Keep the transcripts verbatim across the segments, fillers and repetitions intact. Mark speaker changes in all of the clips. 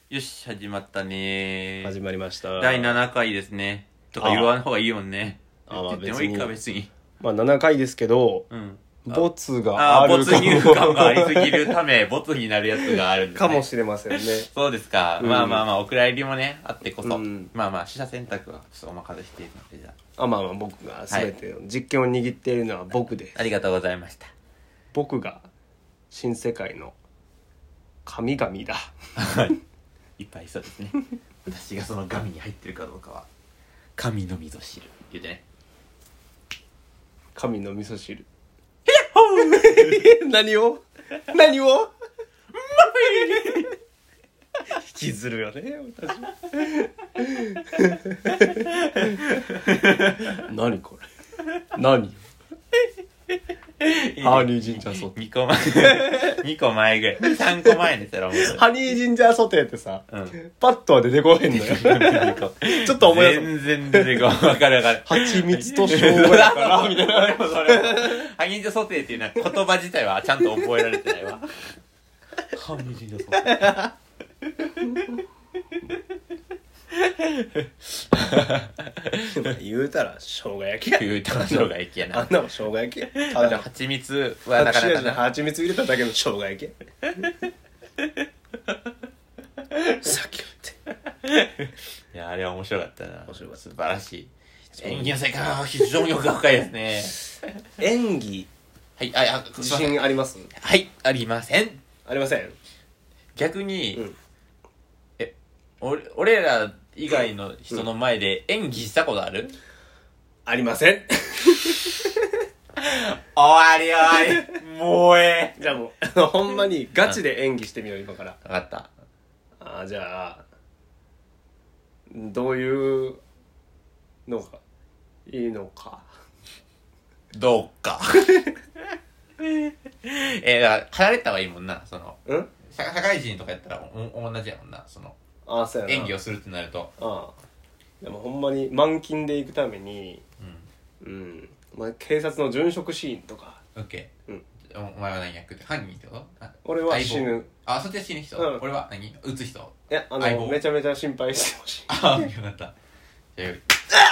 Speaker 1: よし、始まったね。
Speaker 2: 始まりました。
Speaker 1: だいななかいですね。とか言わん方がいいもんね。
Speaker 2: ああ、まあ
Speaker 1: 別に。言ってもいいか、別に。
Speaker 2: まあななかいですけど、
Speaker 1: うん。
Speaker 2: ボツがある
Speaker 1: 没入感がありすぎるため、ボツになるやつがあるんですね。
Speaker 2: かもしれませんね。
Speaker 1: そうですか。うん、まあまあまあ、お蔵入りもね、あってこそ。うん、まあまあ、取捨選択はちょっとお任せしているので、じゃ
Speaker 2: あ。あ、まあまあ、僕が全ての実権を握っているのは僕です。
Speaker 1: ありがとうございました。
Speaker 2: 僕が新世界の神々だ。
Speaker 1: はい。いっぱいそうですね。私がその神に入ってるかどうかは、神の味噌汁。言うてね。
Speaker 2: 神の味噌汁。何を何を引きずるよね私。何これ何ハニージンジャーソテー
Speaker 1: にこまえにこまえぐらいさんこまえですよ。
Speaker 2: ハニージンジャーソテーってさ、うん、パッとは出てこへんのよ。ちょっと思い出す。
Speaker 1: 全然出てこない。わかるわかる。
Speaker 2: 蜂蜜と生姜だからみたいな。
Speaker 1: ハニージンジャーソテーっていうのは言葉自体はちゃんと覚えられてないわ。ハニージンジャーソテー
Speaker 2: 言うたら生姜焼きや。
Speaker 1: 言うたら生姜焼きやな。
Speaker 2: あんなも生姜焼きや。
Speaker 1: ただ蜂蜜はなかなかな。
Speaker 2: 蜂蜜入れただけの生姜焼きや。さっき言って。
Speaker 1: いや、あれは面白かったな。
Speaker 2: 面白かった。
Speaker 1: 素晴らしい。演技の世界は非常に奥が深いですね。
Speaker 2: 演技。
Speaker 1: はい、あ、あ、
Speaker 2: 自信あります？
Speaker 1: はい、ありません。
Speaker 2: ありません。
Speaker 1: 逆に、うん、え、俺、俺ら以外の人の前で演技したことある？うん、
Speaker 2: ありません。
Speaker 1: 終わり終わり。もうえ
Speaker 2: え。じゃあもう、ほんまにガチで演技してみよう、今から。
Speaker 1: わかった。
Speaker 2: ああ、じゃあ、どういうのがいいのか。
Speaker 1: どうか。えー、だから離れた方がいいもんな、その。
Speaker 2: ん？
Speaker 1: 社会人とかやったらお同じやもんな、その。
Speaker 2: ああ、そうやな。
Speaker 1: 演技をするってなると。
Speaker 2: ああ。でもほんまに満勤で行くために、うん。うん。まあ、警察の殉職シーンとか。
Speaker 1: オッケー。
Speaker 2: うん。
Speaker 1: お前は何役って犯人ってこと？
Speaker 2: 俺は死ぬ。
Speaker 1: あ、そっちは死ぬ人、うん、俺は何撃つ人？
Speaker 2: いや、あの、めちゃめちゃ心配してほしい。
Speaker 1: ああ、よかった。じゃあ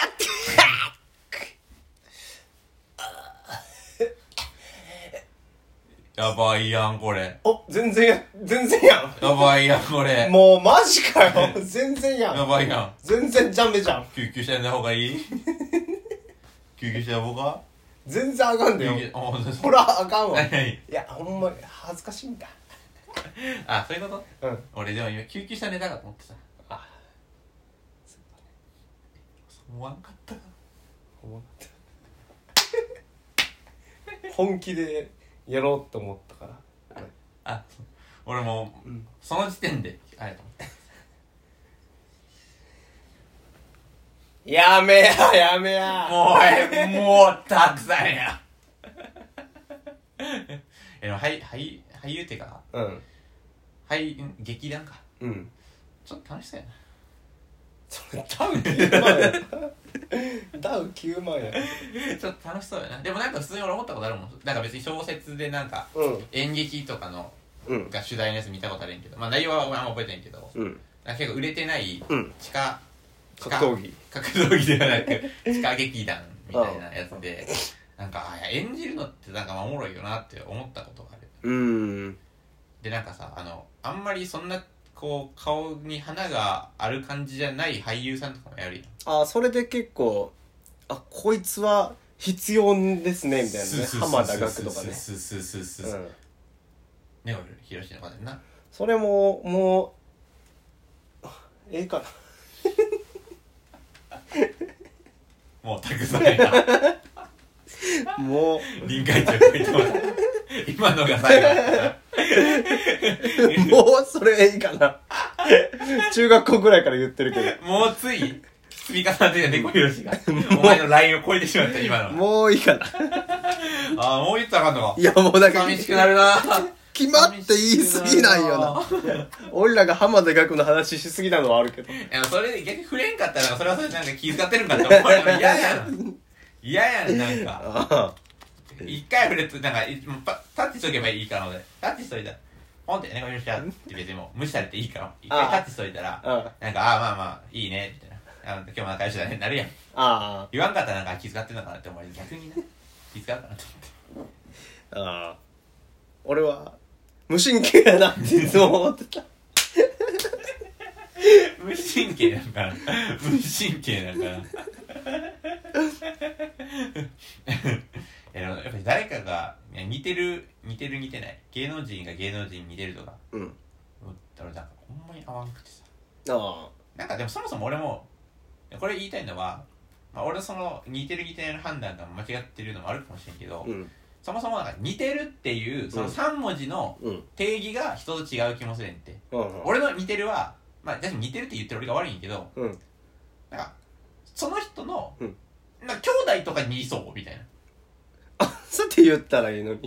Speaker 1: やばいやんこれ。
Speaker 2: お、全然や、全然やん。
Speaker 1: やばいやんこれ。
Speaker 2: もうマジかよ。全然やん。
Speaker 1: やばいやん。
Speaker 2: 全然ジャンベじゃん。
Speaker 1: 救急車やんだ方がいい？救急車やぼうか？
Speaker 2: 全然あかんだよ。ほら、あかんわ。いや、ほんまに恥ずかしいんだ。
Speaker 1: あ、そういうこと？
Speaker 2: うん。
Speaker 1: 俺でも今救急車ネタかと思ってさ。あ、そうだね。思わんかったか。
Speaker 2: 思わんかった。本気でやろうと思ったから。
Speaker 1: あ、俺もう、うん、その時点であれと思って。
Speaker 2: やめややめや。
Speaker 1: もうえもうたくさんや。えでも俳俳俳優ってか。
Speaker 2: うん。
Speaker 1: 俳劇団か。
Speaker 2: うん。
Speaker 1: ちょっと楽しそうやな。
Speaker 2: それダウきゅうまんや。ダウきゅうまんや。
Speaker 1: ちょっと楽しそうやな。でもなんか普通に俺思ったことあるもん。なんか別に小説でなんか、
Speaker 2: うん、
Speaker 1: 演劇とかの、
Speaker 2: うん、
Speaker 1: が主題のやつ見たことあるんやけど、まあ内容はあんま覚えてないけど、
Speaker 2: うん、
Speaker 1: なんか結構売れてない地下、
Speaker 2: うん、格闘技
Speaker 1: 格闘技ではなく地下劇団みたいなやつで、なんかあ演じるのってなんかおもろいよなって思ったことがある。
Speaker 2: うーん。
Speaker 1: でなんかさ、あのあんまりそんなこう顔に花がある感じじゃない俳優さんとかもやるよ。
Speaker 2: あ、それで結構、あ、こいつは必要ですねみたいなね。浜田岳とかね。
Speaker 1: すすすすす。ね、俺ヒロシの方だよな。
Speaker 2: それももうええか
Speaker 1: な。もうたくさんやな。
Speaker 2: もう
Speaker 1: 臨界値を超えてます。今のが最後だったな。
Speaker 2: もうそれいいかな。中学校ぐらいから言ってるけど。
Speaker 1: もうつい積み重なってる猫ひろしがお前のラインを超えてしまった今の。
Speaker 2: もういいかな。
Speaker 1: ああ、もう言ったらあかんのか。
Speaker 2: いやもうなんか
Speaker 1: 寂しくなるな。
Speaker 2: 決まって言い過ぎないよな。俺らが浜田岳の話しすぎなのはあるけど。
Speaker 1: いやそれで逆に触れんかったらそれはそれでなんか気遣ってるんかって思われるの嫌やん。嫌やんなんか。一回触れてなんかパタッチしとけばいいかなのでタッチしといたらポンって猫ひろしちゃんって別にもう無視されていいから一回タッチしといたら
Speaker 2: ああ
Speaker 1: なんかああまあまあいいねみたいなあの今日も仲良しだねなるやん
Speaker 2: あ
Speaker 1: 言わんかったらなんか気遣ってんのかなって思う逆にな気遣うかなと思って
Speaker 2: あああ俺は無神経やなっていつも思ってた
Speaker 1: 無神経なんかな無神経なんかなやっぱり誰かが似てる似てる似てない芸能人が芸能人に似てるとか
Speaker 2: うん
Speaker 1: 俺なんかほんまに合わんくてさ
Speaker 2: あ
Speaker 1: なんかでもそもそも俺もこれ言いたいのは、まあ、俺のその似てる似てないの判断が間違ってるのもあるかもしれんけど、
Speaker 2: あうん
Speaker 1: そもそもなんか似てるっていうそのさん文字の
Speaker 2: うん
Speaker 1: 定義が人と違う気もするんって、
Speaker 2: うんうん
Speaker 1: 俺の似てるはまあ確かに似てるって言ってる俺が悪いんやけど
Speaker 2: うん
Speaker 1: なんかその人の、
Speaker 2: うん
Speaker 1: なんか兄弟とかに似そうみたいな
Speaker 2: あそうって言ったらいいのに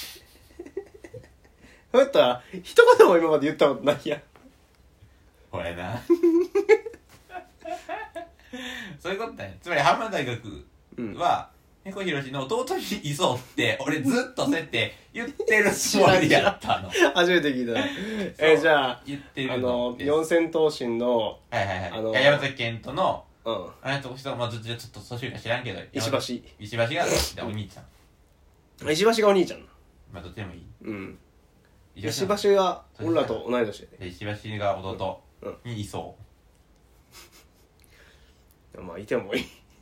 Speaker 2: そうやったら一言も今まで言ったことないやん
Speaker 1: ほやなそういうことだよつまり浜田大学は、うん、猫ひろしの弟にいそうって俺ずっとそうやって言ってるつもりやったの
Speaker 2: 初めて聞いたえじゃあ
Speaker 1: 言ってる
Speaker 2: あの
Speaker 1: です
Speaker 2: 四千頭身の
Speaker 1: はいはいはい
Speaker 2: あの
Speaker 1: 山崎賢人の
Speaker 2: うん
Speaker 1: あれと人まあずっとちょっと年上か知らんけど
Speaker 2: 石橋
Speaker 1: 石橋がお兄ちゃん
Speaker 2: 石橋がお兄ちゃん
Speaker 1: まあどっちでもいい
Speaker 2: うん
Speaker 1: 石
Speaker 2: 石橋が俺らと同い年
Speaker 1: で石橋が弟にいそう、
Speaker 2: うんうん、まあいてもいい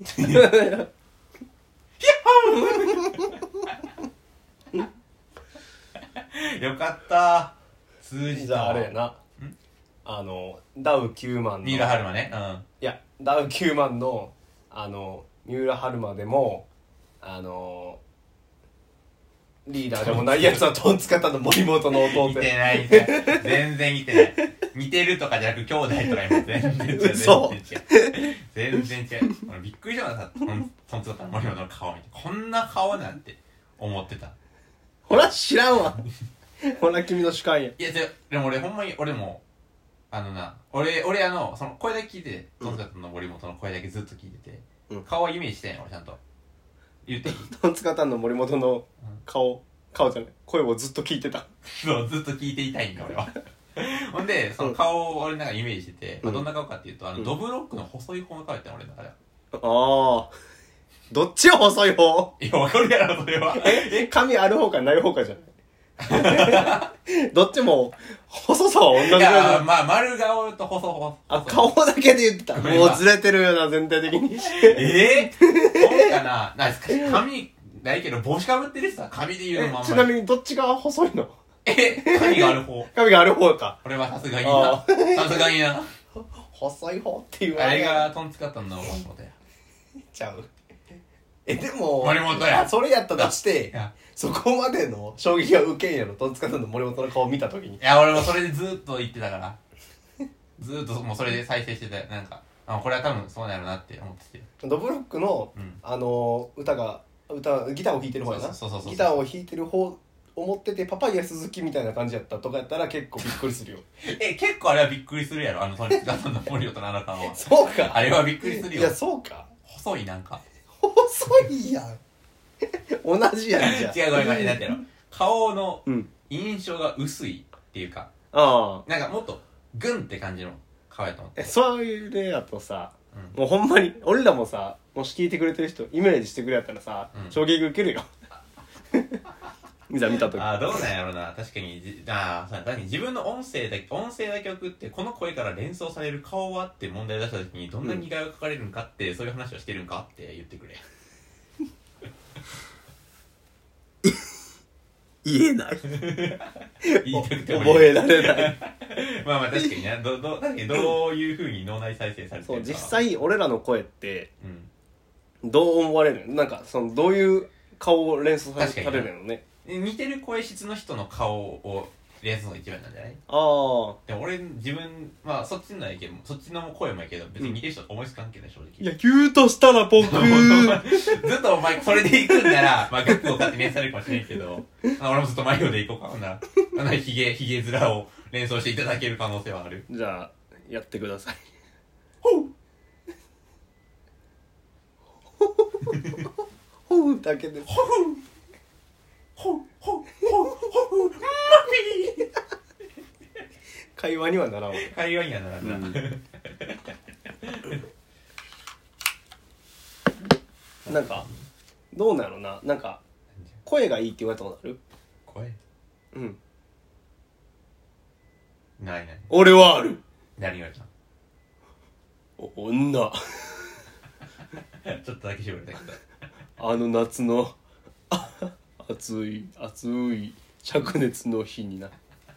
Speaker 1: よかった通じた
Speaker 2: じゃああれやなあのダウきゅうまんの
Speaker 1: 三浦春馬ねうん
Speaker 2: いやダウきゅうまんのあの三浦春馬でもあのリーダーでもないやつはトンツカタンの森本の弟
Speaker 1: 似てない似てない全然似てない似てるとかじゃなく兄弟とか今全然違う
Speaker 2: 嘘
Speaker 1: 全然違う全然違う俺びっくりしたのさトンツカタンの森本の顔見てこんな顔なんて思ってた
Speaker 2: ほら知らんわほら君の主観や
Speaker 1: いやででも俺ほんまに俺もあのな俺俺あのその声だけ聞いててトンツカタンの森本の声だけずっと聞いてて、うん、顔はイメージしてんよ俺ちゃんと言っていい
Speaker 2: トンツカタンの森本の顔、うん、顔じゃない声をずっと聞いてた
Speaker 1: そうずっと聞いていたいんだ俺はほんでその顔を俺なんかイメージしてて、うんまあ、どんな顔かっていうとあの、うん、ドブロックの細い方の顔やったの俺の中では
Speaker 2: ああどっちが細い方
Speaker 1: いや分かるやろそれは
Speaker 2: え髪ある方かない方かじゃないどっちも細さは同じぐらい。い
Speaker 1: やまあ丸顔と細細
Speaker 2: あ顔だけで言ってたもうずれてるような全体的に
Speaker 1: ええー、そうかななんですか髪ないけど帽子かぶってるしさ髪で言うのもあんまり
Speaker 2: ちなみにどっちが細いの
Speaker 1: え髪がある方
Speaker 2: 髪がある方か
Speaker 1: これはさすがになさすがにな
Speaker 2: 細い方っていう
Speaker 1: あれがトンツカタンの森本や
Speaker 2: ちゃうえでも
Speaker 1: 森本や
Speaker 2: それやったとしてそこまでの衝撃が受けんやろトンツカタンの森本の顔見た時に
Speaker 1: いや俺もそれでずっと言ってたからずっともうそれで再生しててなんかあこれは多分そうなるなって思ってて
Speaker 2: ドブロックの、うん、あの歌が歌ギターを弾いてる方やなギターを弾いてる方思っててパパイヤ鈴木みたいな感じやったとかやったら結構びっくりするよ
Speaker 1: え結構あれはびっくりするやろあのトンツカタンの森本のあの顔は
Speaker 2: そうか
Speaker 1: あれはびっくりするよ
Speaker 2: いやそうか
Speaker 1: 細いなんか
Speaker 2: 細いやん同じやんじゃ
Speaker 1: 違うごめんごめんなんていうの顔の印象が薄いっていうか、
Speaker 2: あ
Speaker 1: なんかもっとグンって感じの顔やと思って
Speaker 2: そういう例やとさ、うん、もうほんまに俺らもさもし聞いてくれてる人イメージしてくれやったらさ、うん、衝撃受けるよいざ見た時
Speaker 1: ああどうなんやろうな確かにああそうだ自分の音声だ音声だけ送ってこの声から連想される顔はって問題出した時にどんな似顔絵が描かれるんかって、うん、そういう話をしてるんかって言ってくれ
Speaker 2: 言えない
Speaker 1: 言いたくても
Speaker 2: 覚えられない
Speaker 1: まあまあ確かにねどど確かにどういう風に脳内再生されてるか
Speaker 2: そう実際俺らの声って、うん、どう思われるのなんかそのどういう顔を連想されるのね
Speaker 1: 似てる声質の人の顔を連想が一番なんじゃない？
Speaker 2: ああ
Speaker 1: でも俺自分まあそっちのやけどそっちの声もやけど別に似てる人思いつかんけど正直、
Speaker 2: いや言うとしたら僕ず
Speaker 1: っとお前それで行くんならまあ学校を勝手に連されるかもしれんけどあ俺もずっとマリオで行こうかほんならあのヒゲヒゲ面を連想していただける可能性はある。
Speaker 2: じゃあやってください
Speaker 1: ほう
Speaker 2: ほうだけで
Speaker 1: ほうほうほうほうほうマフィー
Speaker 2: 会話にはならんわ。
Speaker 1: 会話にはならんな、うん、
Speaker 2: なんかどうなのな、なんか声がいいって言われたことある？
Speaker 1: 声？
Speaker 2: うん。
Speaker 1: ないない。
Speaker 2: 俺はある。
Speaker 1: 何言われた？
Speaker 2: お女
Speaker 1: ちょっとだけ絞れたけど
Speaker 2: あの夏の暑い暑い灼熱の日にな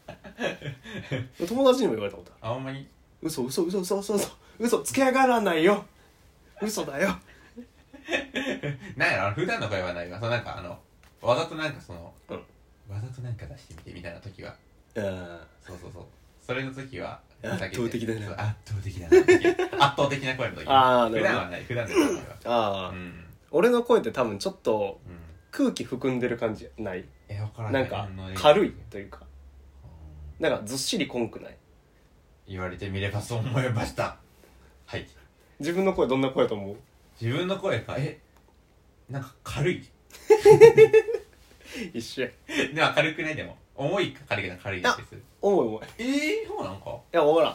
Speaker 2: 友達にも言われたことある。
Speaker 1: あ、ほんまに？
Speaker 2: 嘘嘘嘘嘘嘘嘘嘘つけ上がらないよ、嘘だよ
Speaker 1: なんやろ、普段の声はないわ。そうなんかあのわざとなんかその、
Speaker 2: うん、
Speaker 1: わざとなんか出してみてみたいな時は、
Speaker 2: あ
Speaker 1: そうそうそう、それの時は
Speaker 2: 圧倒的だな、
Speaker 1: 圧倒的だな圧倒的な声の時。あ、普段はない、普段の声は。ああ、うん、俺
Speaker 2: の声って多分ちょっと空気含んでる感じない？
Speaker 1: え、わからん。
Speaker 2: なんか軽いというか、なんかずっしりこんくない？
Speaker 1: 言われてみればそう思いました。はい。
Speaker 2: 自分の声どんな声だと思う？
Speaker 1: 自分の声か、え、なんか軽い
Speaker 2: 一緒や。
Speaker 1: でも軽くない？でも重いか軽いか軽いです。
Speaker 2: 重い重い。
Speaker 1: えー、そうなんか。
Speaker 2: いや、分からん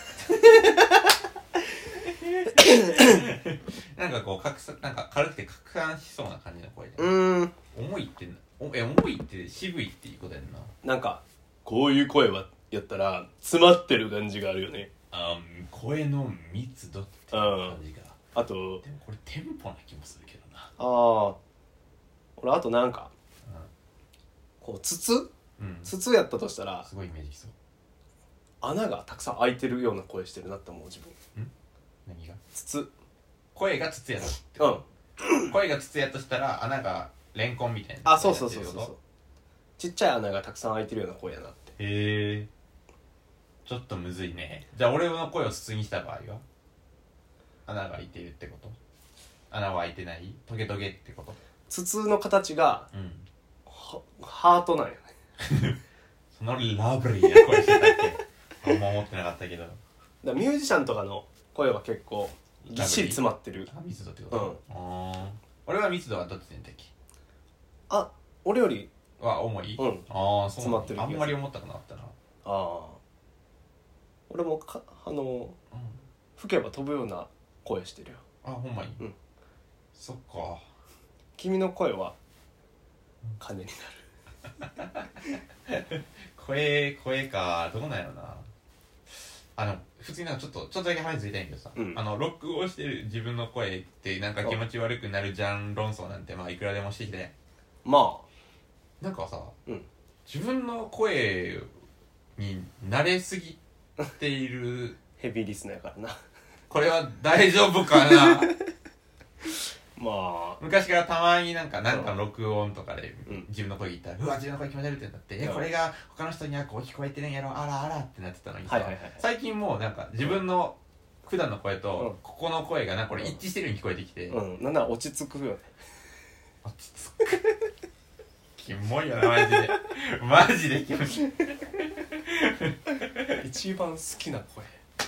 Speaker 1: なんかこう拡散、なんか軽くて拡散しそうな感じの声で。
Speaker 2: うーん。
Speaker 1: 重いっておえ重いって渋いっていうことやんな。
Speaker 2: なんかこういう声はやったら詰まってる感じがあるよね。
Speaker 1: あ、声の密度っていう感じが。
Speaker 2: あとで
Speaker 1: もこれテンポな気もするけどな。
Speaker 2: ああ。俺あとなんか、うん、こう筒、うん、筒やったとしたら
Speaker 1: すごいイメージそう。
Speaker 2: 穴がたくさん開いてるような声してるなって思う自分。
Speaker 1: ん？何が？
Speaker 2: 筒。
Speaker 1: 声が筒やと。うん。声が筒やとしたら穴がレンコンみたいな。
Speaker 2: あ、そうそうそうそうそう。ちっちゃい穴がたくさん開いてるような声やなって。
Speaker 1: へえ。ちょっとむずいね。じゃあ俺の声を筒にした場合は穴が開いているってこと？穴は開いてない？トゲトゲってこと？
Speaker 2: 筒の形が、うん、ハートなんよね
Speaker 1: そのラブリーな声してたっけ？あんま思ってなかったけど。
Speaker 2: だミュージシャンとかの声は結構ぎっしり詰まってる。
Speaker 1: あ、密度ってこと？うん。あ、俺は密度はどっちでんだっけ？
Speaker 2: あ、俺より
Speaker 1: は重い？
Speaker 2: うん。
Speaker 1: ああ、そう。
Speaker 2: 詰まってる。
Speaker 1: あんまり思ったくなかったな。あ
Speaker 2: あ。俺もかあの、うん、吹けば飛ぶような声してるよ。
Speaker 1: あ、ほんまに。
Speaker 2: うん。
Speaker 1: そっか。
Speaker 2: 君の声は金にな
Speaker 1: る声声か、どうなんやろな。あの普通になんかちょっとちょっとだけ話ついたいんけどさ、うん、あの録音してる自分の声ってなんか気持ち悪くなるじゃん論争なんてまあいくらでもしてきて、
Speaker 2: ま
Speaker 1: あなんかさ、
Speaker 2: うん、
Speaker 1: 自分の声に慣れすぎている
Speaker 2: ヘビーリスナーやからな
Speaker 1: これは大丈夫かな
Speaker 2: まあ
Speaker 1: 昔からたまになんかなんかの録音とかで自分の声言ったら、うん、うわ自分の声気持ち悪いってなって、うん、えこれが他の人にはこう聞こえてるんやろあらあらってなってたのにさ、はいはいはい、最近もうなんか自分の普段の声とここの声がなんかこれ一致してるように聞こえてきて、
Speaker 2: うんうん、なんなら落ち着くよね
Speaker 1: 落ち着くキモいよなマジでマジでキモい
Speaker 2: 一番好きな声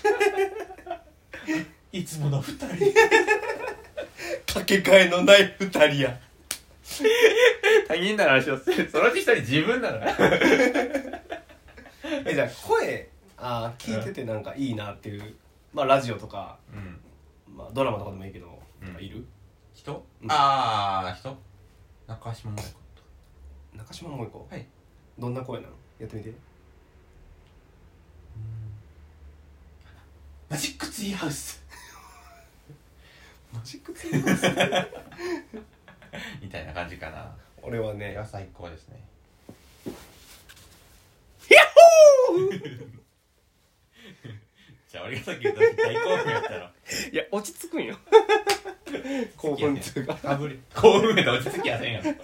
Speaker 1: いつもの二人
Speaker 2: かけがえのない二人や
Speaker 1: 他人なら話をするそのうち一人自分なの
Speaker 2: えじゃあ声あ聞いててなんかいいなっていう、まあラジオとか、うんまあ、ドラマとかでもいいけど、うん、いる
Speaker 1: 人、うん、ああ人中島萌子
Speaker 2: 中島萌子
Speaker 1: はい
Speaker 2: どんな声なのやってみて
Speaker 1: マジックツリーハウス
Speaker 2: マジックツリーハウス
Speaker 1: みたいな感じかな。
Speaker 2: 俺はね
Speaker 1: は最高ですね。
Speaker 2: ヤッホー
Speaker 1: じゃあ俺がさっき言った時大興奮やったろ。
Speaker 2: いや落ち着くんよ興奮痛が
Speaker 1: かぶり興奮やったら落ち着きやせんやろ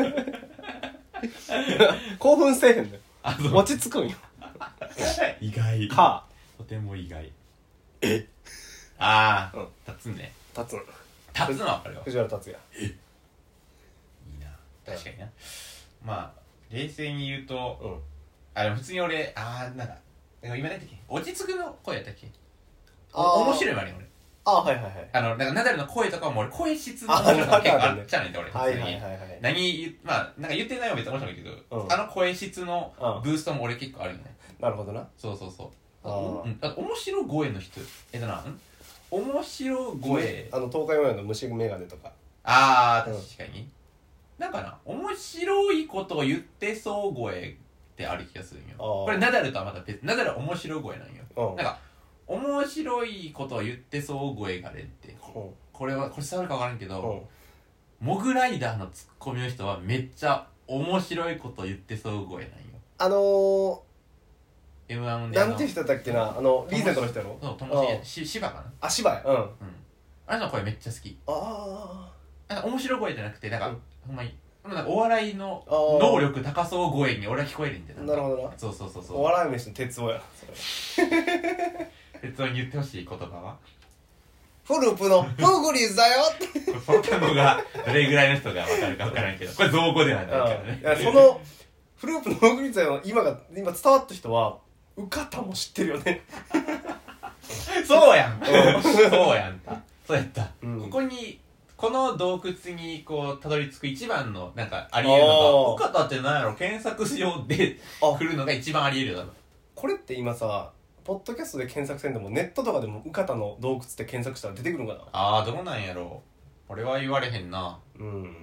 Speaker 2: 興奮せえへんのよ落ち着くんよ
Speaker 1: 意外
Speaker 2: か
Speaker 1: とても意外
Speaker 2: え
Speaker 1: ああ、うん、立つね
Speaker 2: 立つ
Speaker 1: 立つのは分かるよ
Speaker 2: 藤原立つや
Speaker 1: えいいな確かにな、まあ冷静に言うと、うん、あでも普通に俺あーなんか今何だっけ落ち着くの声やったっけお面白いわね俺
Speaker 2: あはいはいはい
Speaker 1: あのなんかナダルの声とかも俺声質の面白さ結構あっちゃうねんて俺普通に、
Speaker 2: はいはいはいはい、
Speaker 1: 何まあなんか言ってないのは別に面白いけど、うん、あの声質のブーストも俺結構あるよね、
Speaker 2: なるほどな
Speaker 1: そうそうそう
Speaker 2: あ、
Speaker 1: うん、あ面白声の人えっとな面白声
Speaker 2: あの東海オンエアの虫眼鏡とか
Speaker 1: あー確かに、うん、なんかな面白いことを言ってそう声ってある気がするんよ。これナダルとはまた別ナダルは面白声なんよ、うん、なんか面白いことを言ってそう声があれって、うん、これはこれ伝わるか分からんけど、うん、モグライダーのツッコミの人はめっちゃ面白いことを言ってそう声なんよ。
Speaker 2: あのー
Speaker 1: エムワン で
Speaker 2: なんて人だっけなあのリーゼントの人やろ。
Speaker 1: そうともししばかな
Speaker 2: あしばやうん、うん、
Speaker 1: あれの声めっちゃ好き。
Speaker 2: ああ
Speaker 1: なんか面白い声じゃなくてなんか、うん、ほんまになんかお笑いの能力高そう声に俺は聞こえるんでな
Speaker 2: なるほどな。
Speaker 1: そうそうそうそう
Speaker 2: お笑い飯の鉄夫やそれ
Speaker 1: 鉄夫に言ってほしい言葉は
Speaker 2: フループのフーグリーズだよ
Speaker 1: その単語がどれぐらいの人が分かるか分からんけどこれ造語ではないからね。
Speaker 2: いやそのフループのフーグリーズだよ今が今伝わった人はウカタも知ってるよね
Speaker 1: そうやんそうやんたそうやった、うん、ここにこの洞窟にこうたどり着く一番のなんかありえるのがウカタって何やろ検索しようで来るのが一番ありえるよ。
Speaker 2: これって今さポッドキャストで検索せんでもネットとかでもウカタの洞窟って検索したら出てくるんかな。
Speaker 1: ああどうなんやろ俺は言われへんな。
Speaker 2: うん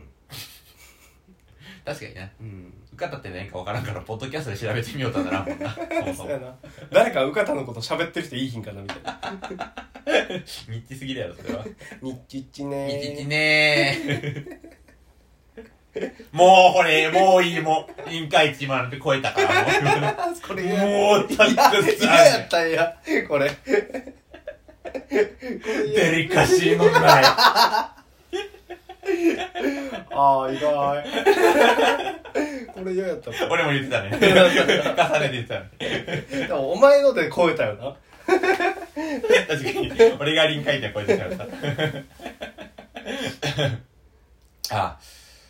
Speaker 1: 確かにね、うん、ウカタって何か分からんからポッドキャストで調べてみようとはならんもんな
Speaker 2: そうやな誰かウカタのこと喋ってる人いいひんかなみたいな
Speaker 1: ニッチすぎるやろそれは
Speaker 2: ニッチッチねー
Speaker 1: ニッチッチねーもうこれもういいもうインカイチマンって超えたからもうこれもうたくさん
Speaker 2: 嫌やったんやこれ
Speaker 1: デリカシーのない
Speaker 2: ああ意外これ嫌やった
Speaker 1: 俺も言ってたね重ねて言ってたね
Speaker 2: でもお前ので超えたよな
Speaker 1: 確かに俺が臨界点超えてしまったああ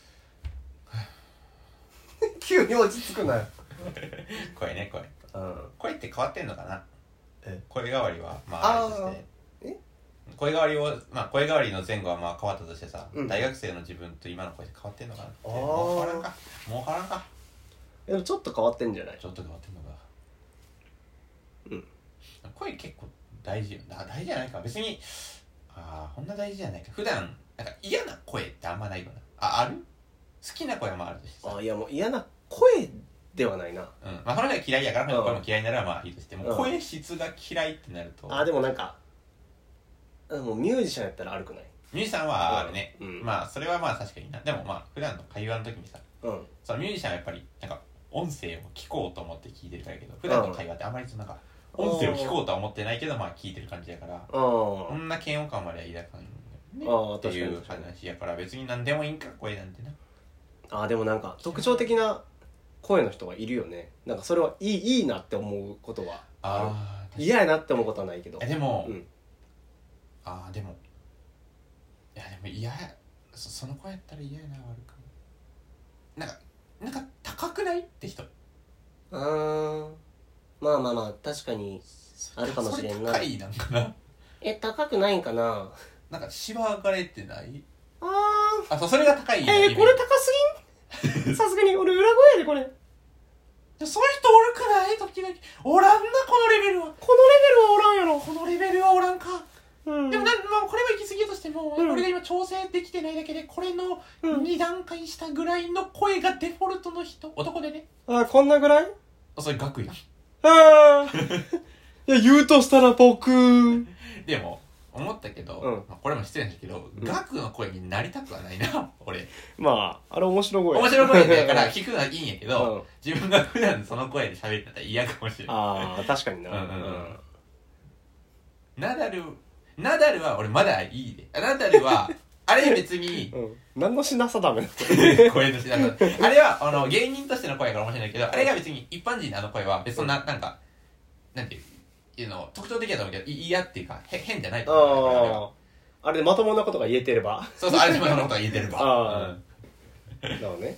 Speaker 2: 急に落ち着くなよ
Speaker 1: 声ね声、うん、声って変わってんのかな。
Speaker 2: え
Speaker 1: 声変わりはまああれとして声変わりを、まあ、声変わりの前後はまあ変わったとしてさ、うん、大学生の自分と今の声って変わってんのかなって。もう変わらんかもう変わらんか。
Speaker 2: でもちょっと変わってんじゃない。
Speaker 1: ちょっと変わってんのか。うん声結構大事よな。大事じゃないか別に。ああこんな大事じゃないか。普段なんか嫌な声ってあんまないよな。あある好きな声もあるとしてさ。
Speaker 2: あいやもう嫌な声ではないな。
Speaker 1: うんまあそれが嫌いやから、うん、声も嫌いならまあいいとしても、うん、声質が嫌いってなると。
Speaker 2: あでもなんかもうミュージシャンやったら悪くない。
Speaker 1: ミュージシャンはあるね、うん、まあそれはまあ確かにな。でもまあ普段の会話の時にさ、うん、そのミュージシャンはやっぱりなんか音声を聞こうと思って聞いてるからやけど普段の会話ってあまりなんか音声を聞こうとは思ってないけどまあ聞いてる感じやからそんな嫌悪感までは抱かんよねっていう話やから別に何でもいいんか声なんてな。
Speaker 2: あでもなんか特徴的な声の人がいるよね。なんかそれはいい、いいなって思うことはある。嫌やなって思うことはないけど。
Speaker 1: でも、うん、ああでもいやでも嫌や そ, その声やったら嫌やな悪くなんかなんか高くないって人。
Speaker 2: あーまあまあまあ確かにあるかもしれんな。
Speaker 1: 高いなんかな
Speaker 2: え高くないんかな。
Speaker 1: なんかしばかれてない。
Speaker 2: あ
Speaker 1: ーあ そ, それが高い。
Speaker 2: えー、これ高すぎんさすがに俺裏声やでこれ。
Speaker 1: そういう人おるくない時々おらんなこのレベルは。
Speaker 2: このレベルはおらんやろ。
Speaker 1: このレベルはおらんか。うん、でもな、まあ、これは行き過ぎとしても、うん、俺が今調整できてないだけでこれのに段階下ぐらいの声がデフォルトの人男でね。
Speaker 2: あこんなぐらい。
Speaker 1: あそれ額やん。
Speaker 2: あいや言うとしたら僕
Speaker 1: でも思ったけど、うんまあ、これも失礼だけど、うん、額の声になりたくはないな俺。
Speaker 2: まああれ面白い声
Speaker 1: 面白い声だから聞くのはいいんやけど、うん、自分が普段その声で喋ってたら嫌かもしれない。
Speaker 2: ああ確かにな。うんうんうん、
Speaker 1: ナダルナダルは俺まだいいで。ナダルはあれ別に、
Speaker 2: うん、何のしなさダメ
Speaker 1: 声のしなさあれはあの芸人としての声が面白いけどあれが別に一般人のあの声は別にな、うん、なんかなんていうの特徴的だと思うけど嫌っていうかへ変じゃないと思う。あれは
Speaker 2: あれでまともなことが言えてれば
Speaker 1: そうそうあれでまともなことが言えてればあ、
Speaker 2: うん、なるほどね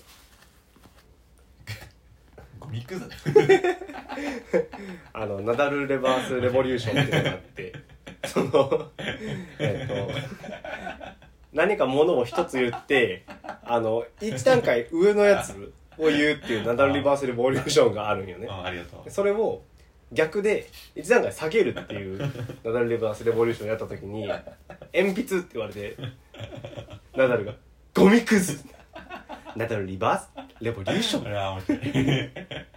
Speaker 1: ゴミくず
Speaker 2: あのナダルレバースレボリューションっていうのがあってそのえっと何かものを一つ言ってあの一段階上のやつを言うっていうナダルリバースレボリューションがあるんよね。
Speaker 1: あありがとう。
Speaker 2: それを逆で一段階下げるっていうナダルリバースレボリューションをやった時に鉛筆って言われてナダルがゴミくずナダルリバースレボリューション
Speaker 1: あれは面白い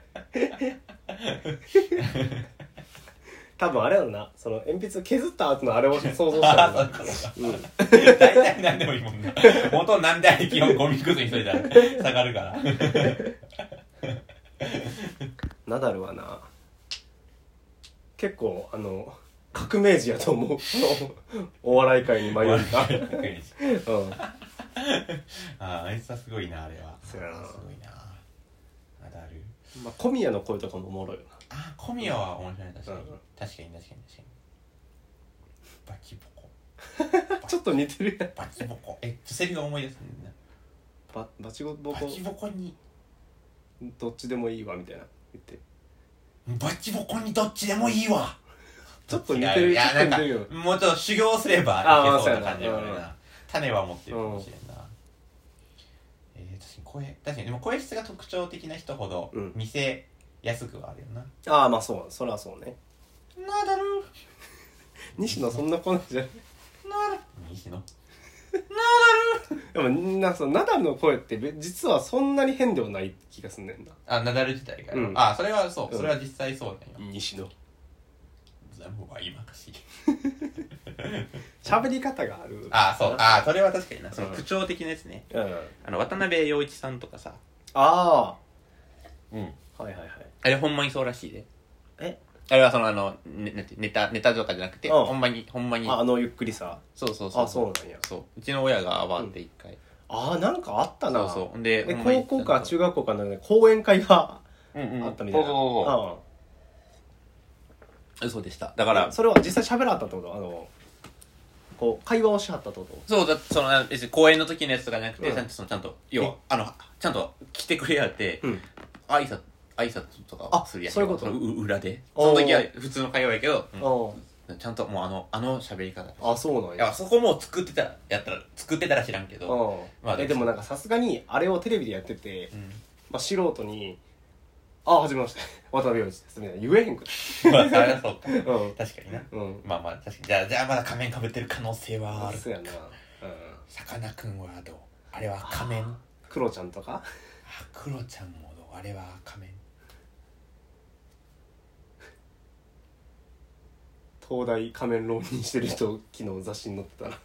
Speaker 2: 多分あれやろな、その鉛筆を削った後のあれを想像したのが
Speaker 1: 大体何でもいいもんね元なんであれ基本ゴミくずにしといたら下がるから
Speaker 2: ナダルはな結構あの革命児やと思うお笑い界に迷いがうん
Speaker 1: ああいつはすごいなあれは
Speaker 2: そうやな
Speaker 1: すごいなナダル
Speaker 2: まあ小宮の声とかもおもろいよな
Speaker 1: あ小宮は面白い確かに、
Speaker 2: うん、
Speaker 1: 確かに確かに確かにバキボコ
Speaker 2: ちょっと似てるやん
Speaker 1: バキボコえセリフが思い出すんだ
Speaker 2: ババチボコ
Speaker 1: バキボコに
Speaker 2: どっちでもいいわみたいな言って
Speaker 1: バキボコにどっちでもいいわ
Speaker 2: ちょっと似てる。いや、なんか、
Speaker 1: もうちょっと修行すればいけそうな感じがあるな。種は持ってるかもしれんな。うん、えー、確かに声、確かに、でも声質が特徴的な人ほど見せやすくはあるよな。うん、
Speaker 2: ああ、まあそう、それはそうね。
Speaker 1: ナダル
Speaker 2: 西野そんな子なんじゃない
Speaker 1: ナダル西野ナ
Speaker 2: ダルでもな、そのナダルの声って実はそんなに変ではない気がすんねんな。
Speaker 1: あ、ナダル自体が、うん、あ、それはそう、それは実際そうだよ。
Speaker 2: 西野
Speaker 1: 全部は今かしい
Speaker 2: 喋り方がある。
Speaker 1: あ、そう、あ、それは確かにな、その口調的なやつね、うん、あの渡辺陽一さんとかさ、
Speaker 2: ああ、
Speaker 1: うん、
Speaker 2: はいはいはい、
Speaker 1: あれほんまにそうらしいで。
Speaker 2: え、
Speaker 1: あれはそのあの、ね、ネタネタとかじゃなくて、うん、ほんまにほんまに
Speaker 2: あ, あのゆっくりさ、
Speaker 1: そうそうそう、
Speaker 2: あ、そうなんや。
Speaker 1: そう、うちの親がアバって一回、うん、
Speaker 2: ああ、なんかあったな。
Speaker 1: そうそう、で
Speaker 2: で高校か中学校かの、ね、講演会があったみたいな、うんうん、そうそうそう、
Speaker 1: 嘘でした。だから
Speaker 2: それは実際喋らはったってこと？あのこう会話をしはったってこと？
Speaker 1: そうだ、その別に公演の時のやつとかじゃなくて、うん、ちゃんとそのちゃんと要はあのちゃんと来てくれやって、うん、挨拶挨拶とかするやん。
Speaker 2: そういうこと。
Speaker 1: その裏で。その時は普通の会話やけど、うん、ちゃんともうあのあの喋り方。
Speaker 2: あ、そうなんや。
Speaker 1: いや、そこも作ってたらやったら作ってたら知らんけど、
Speaker 2: まあでもなんかさすがにあれをテレビでやってて、うん、まあ素人に。あ、はじめまして渡辺陽一ですみたいな言えへんくて
Speaker 1: まあそれはそうか、うん、確かにな、
Speaker 2: うん、
Speaker 1: まあまあ確かにじゃあじゃあまだ仮面かぶってる可能性はあるか。
Speaker 2: そうやな、
Speaker 1: さかなクンはどう？あれは仮面？
Speaker 2: クロちゃんとか？
Speaker 1: あ、クロちゃんもどう？あれは仮面？
Speaker 2: 東大仮面浪人してる人昨日雑誌に載ってたな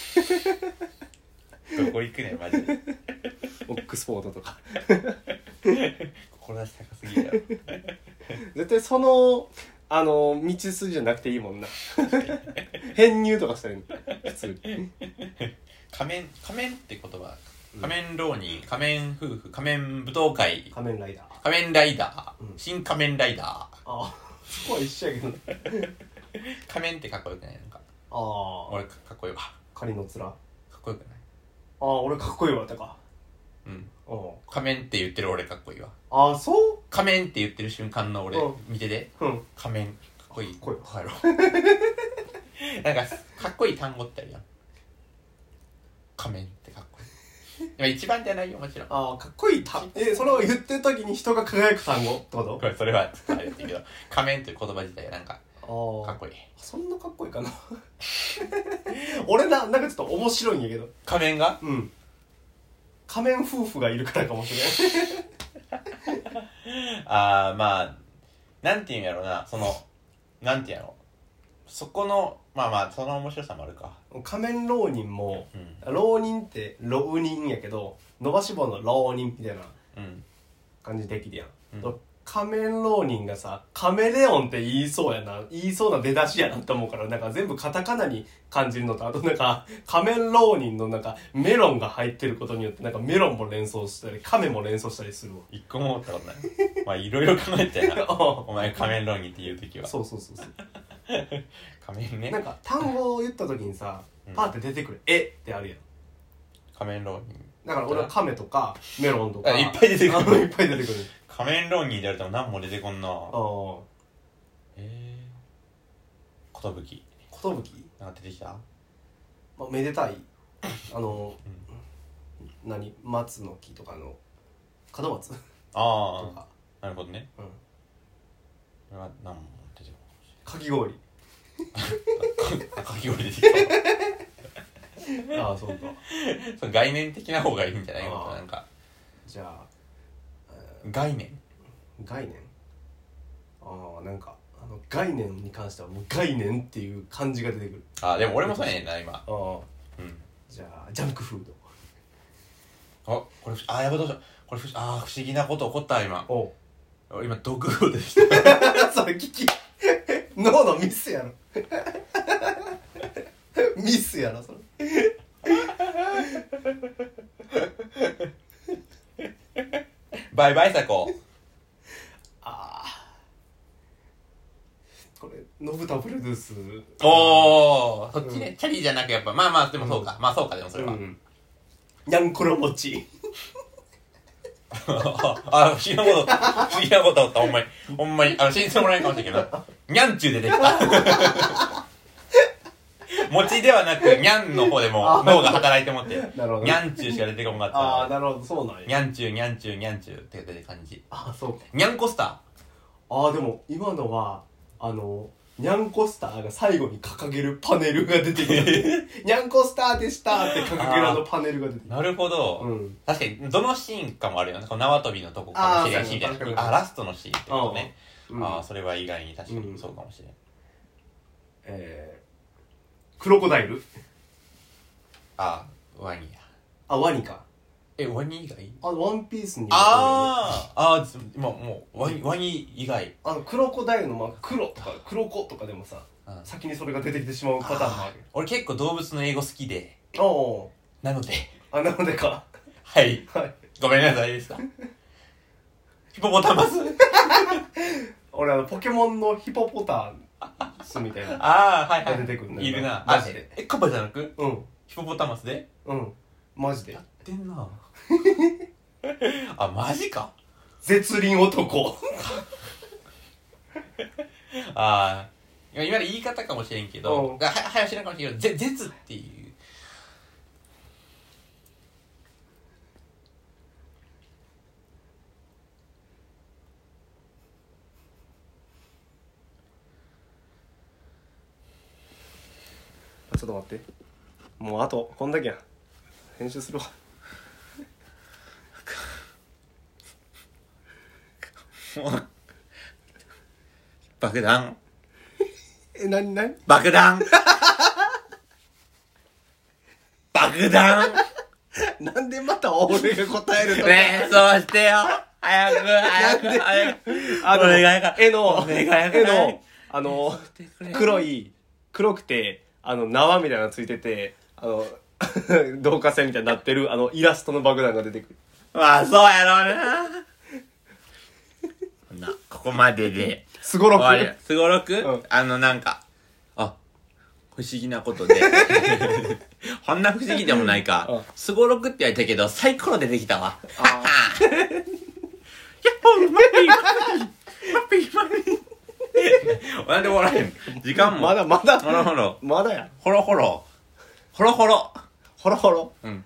Speaker 1: どこ行くねんマジで
Speaker 2: オックスフォードとか
Speaker 1: 志高すぎるやろ
Speaker 2: 絶対そのあの道筋じゃなくていいもんな編入とかしたらいいの普通に
Speaker 1: 仮面仮面って言葉、仮面浪人、仮面夫婦、仮面舞踏会、
Speaker 2: 仮面ライダー、
Speaker 1: 仮面ライダー、
Speaker 2: うん、
Speaker 1: 新仮面ライダー。あ
Speaker 2: あ、そこは一緒やけど
Speaker 1: 仮面ってかっこよくない？なんか
Speaker 2: ああ、
Speaker 1: 俺かっこいいわ。
Speaker 2: 仮の面か
Speaker 1: っこよくない？
Speaker 2: ああ、俺かっこいいわってか。
Speaker 1: うん。仮面って言ってる俺かっこいいわ。
Speaker 2: ああ、そう？
Speaker 1: 仮面って言ってる瞬間の俺、うん、見てて、
Speaker 2: うん、
Speaker 1: 仮面かっこいい。
Speaker 2: かっこいいわ。
Speaker 1: やろなんかかっこいい単語ってあるやん。仮面ってかっこいい。一番じゃないよもちろん。
Speaker 2: ああ、かっこいい単語。え、それを言ってる時に人が輝く単語ってこと？
Speaker 1: これそれはあれだけど、仮面という言葉自体なんかかっこいい。
Speaker 2: そんなかっこいいかな俺な、なんかちょっと面白いんやけど。
Speaker 1: 仮面が？
Speaker 2: うん。仮面夫婦がいるからかもしれ
Speaker 1: ないあー、まあなんていうんやろうな、そのなんていうんやろう、そこのまあまあその面白さもあるか。
Speaker 2: 仮面浪人も、うん、浪人って浪人やけど伸ばし棒の浪人みたいな感じできるやん、うん、仮面浪人がさカメレオンって言いそうやな、言いそうな出だしやなって思うから、なんか全部カタカナに感じるのと、あとなんか仮面浪人のなんかメロンが入ってることによってなんかメロンも連想したりカメも連想したりするわ。
Speaker 1: 一個も思ったことないまあいろいろ考えてなお前仮面浪人って言う時は。
Speaker 2: そうそうそうそう
Speaker 1: 仮面ね。
Speaker 2: なんか単語を言った時にさ、パーって出てくる、うん、えってあるやん。
Speaker 1: 仮面浪人
Speaker 2: だから俺はカメとかメロンとか
Speaker 1: いっぱい出てくる
Speaker 2: いっぱい出てくる。
Speaker 1: 仮面浪人でやると何も出てこんな。あ
Speaker 2: あ。
Speaker 1: えー。ことぶき。
Speaker 2: ことぶき？
Speaker 1: なんか出てきた？
Speaker 2: まあ、めでたい。あの、うん、何松の木とかの門松。
Speaker 1: ああ。なるほどね。うん。これは何も
Speaker 2: かき氷
Speaker 1: かき氷出てきた
Speaker 2: ああそうか
Speaker 1: その概念的な方がいいんじゃないのなんか
Speaker 2: じゃあ
Speaker 1: 概念
Speaker 2: 概念ああなんかあの概念に関してはもう概念っていう漢字が出てくる
Speaker 1: あでも俺もそうやねんな今ああ、
Speaker 2: うん、じゃあジャンクフー
Speaker 1: ドあこれあやばいどうしようこれあ不思議なこと起こった今
Speaker 2: お
Speaker 1: 今ドッグフードでした
Speaker 2: それ聞き脳のミスやろミスやろそれ
Speaker 1: バイバイサコ
Speaker 2: ああこれノブタプロデュース
Speaker 1: おおそっちね、うん、チャリじゃなくやっぱまあまあでもそうか、うん、まあそうかでもそれは、うん、
Speaker 2: にゃんころ餅
Speaker 1: あ、不思議なこと、不思議なことあった、ほんまに。ほんまに、あの、信じてもらえないかもしれんけど、にゃんちゅう出てきた。餅ではなく、にゃんの方でも脳が働いてもって、
Speaker 2: なるほど、
Speaker 1: にゃんちゅうしか出てこなかった。
Speaker 2: ああ、なるほど、そうなんや。
Speaker 1: にゃんちゅう、にゃんちゅう、にゃんちゅうって出てる感じ。
Speaker 2: ああ、そうか。
Speaker 1: にゃんこスター。あ
Speaker 2: あ、でも、今のは、あの、にゃんこスターが最後に掲げるパネルが出てきてにゃんこスターでしたって掲げるあのパネルが出てきて
Speaker 1: なるほど、うん、確かにどのシーンかもあるよねこの縄跳びのとこかもしれないシーンじゃなくてあラストのシーンってことねあ、うん、あそれは意外に確かにそうかもしれない、うん、
Speaker 2: えー、クロコダイル
Speaker 1: あワニや
Speaker 2: あワニか
Speaker 1: えワニ以外
Speaker 2: あワンピースに
Speaker 1: あーあー今もうワニワニ以外
Speaker 2: あのクロコダイルのまあ黒とか黒子とかでもさ、うん、先にそれが出てきてしまうパターンもある
Speaker 1: 俺結構動物の英語好きで
Speaker 2: おお
Speaker 1: なので
Speaker 2: あなのでか
Speaker 1: はい、はい、ごめんなさいでしたヒポポタマス
Speaker 2: 俺あのポケモンのヒポポタスみたいな
Speaker 1: ああはいはい
Speaker 2: 出てくる
Speaker 1: いるな
Speaker 2: マジで
Speaker 1: えカバじゃなく
Speaker 2: うん
Speaker 1: ヒポポタマスで
Speaker 2: うんマジで
Speaker 1: やってんなあマジか
Speaker 2: 絶倫男
Speaker 1: ああ今今の言い方かもしれんけどは早知らんかもしれんけど絶っていう
Speaker 2: ちょっと待ってもうあとこんだけやん編集するわ
Speaker 1: 爆弾
Speaker 2: え、なになに
Speaker 1: 爆弾爆弾
Speaker 2: なんでまた俺が答えるの
Speaker 1: ねえそうしてよ早く早く早く
Speaker 2: あの
Speaker 1: お願いか
Speaker 2: 絵の
Speaker 1: お願いか
Speaker 2: 絵のあの黒い黒くてあの縄みたいなのついててあの導火線みたいになってるあのイラストの爆弾が出てくる
Speaker 1: まあそうやろうななここまでです
Speaker 2: ごろく
Speaker 1: すごろく、うん、あのなんかあ不思議なことでこんな不思議でもないかすごろくって言われたけどサイコロ出てきたわあやっほうまいまいまいなんで笑えん時間も
Speaker 2: まだまだ
Speaker 1: ほろほろ
Speaker 2: まだや
Speaker 1: ほろほろほろほろ
Speaker 2: ほろほろ
Speaker 1: うん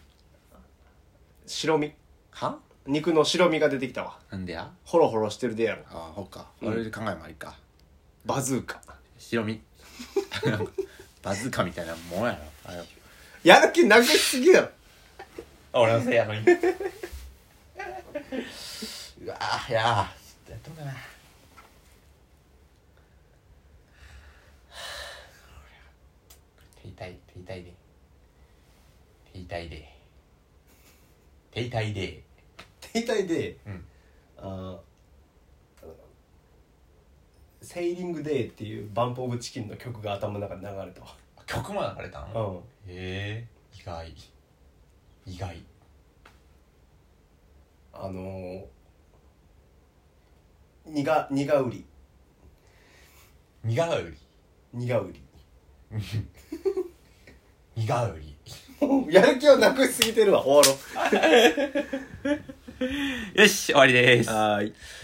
Speaker 2: 白身
Speaker 1: は
Speaker 2: 肉の白身が出てきたわ
Speaker 1: なんでや
Speaker 2: ホロホロしてるでやろ
Speaker 1: ああほっか、うん、俺で考えもありか
Speaker 2: バズーカ
Speaker 1: 白身バズーカみたいなもんやろあれ
Speaker 2: やる気なくしすぎやろ
Speaker 1: 俺のせいやのにうわーいやーやっとんかな手痛い手痛いで手痛いで手痛いで
Speaker 2: 手痛いで、
Speaker 1: うん、
Speaker 2: あセイリングデーっていうバンプオブチキンの曲が頭の中で流れたわ
Speaker 1: 曲も流れたん？
Speaker 2: うん
Speaker 1: へえ意外意外
Speaker 2: あのー、にがにがうり
Speaker 1: にがうり
Speaker 2: にがうり
Speaker 1: にがうり
Speaker 2: やる気をなくしすぎてるわ終わろう
Speaker 1: よし終わりです
Speaker 2: はい